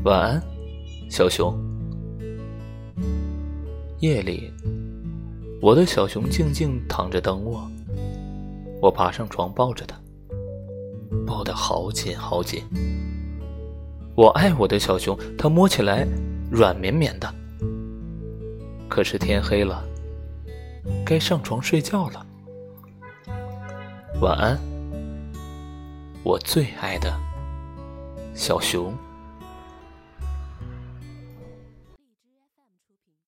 晚安，小熊。夜里，我的小熊静静躺着等我。我爬上床抱着它，抱得好紧好紧。我爱我的小熊，它摸起来软绵绵的。可是天黑了，该上床睡觉了。晚安，我最爱的小熊。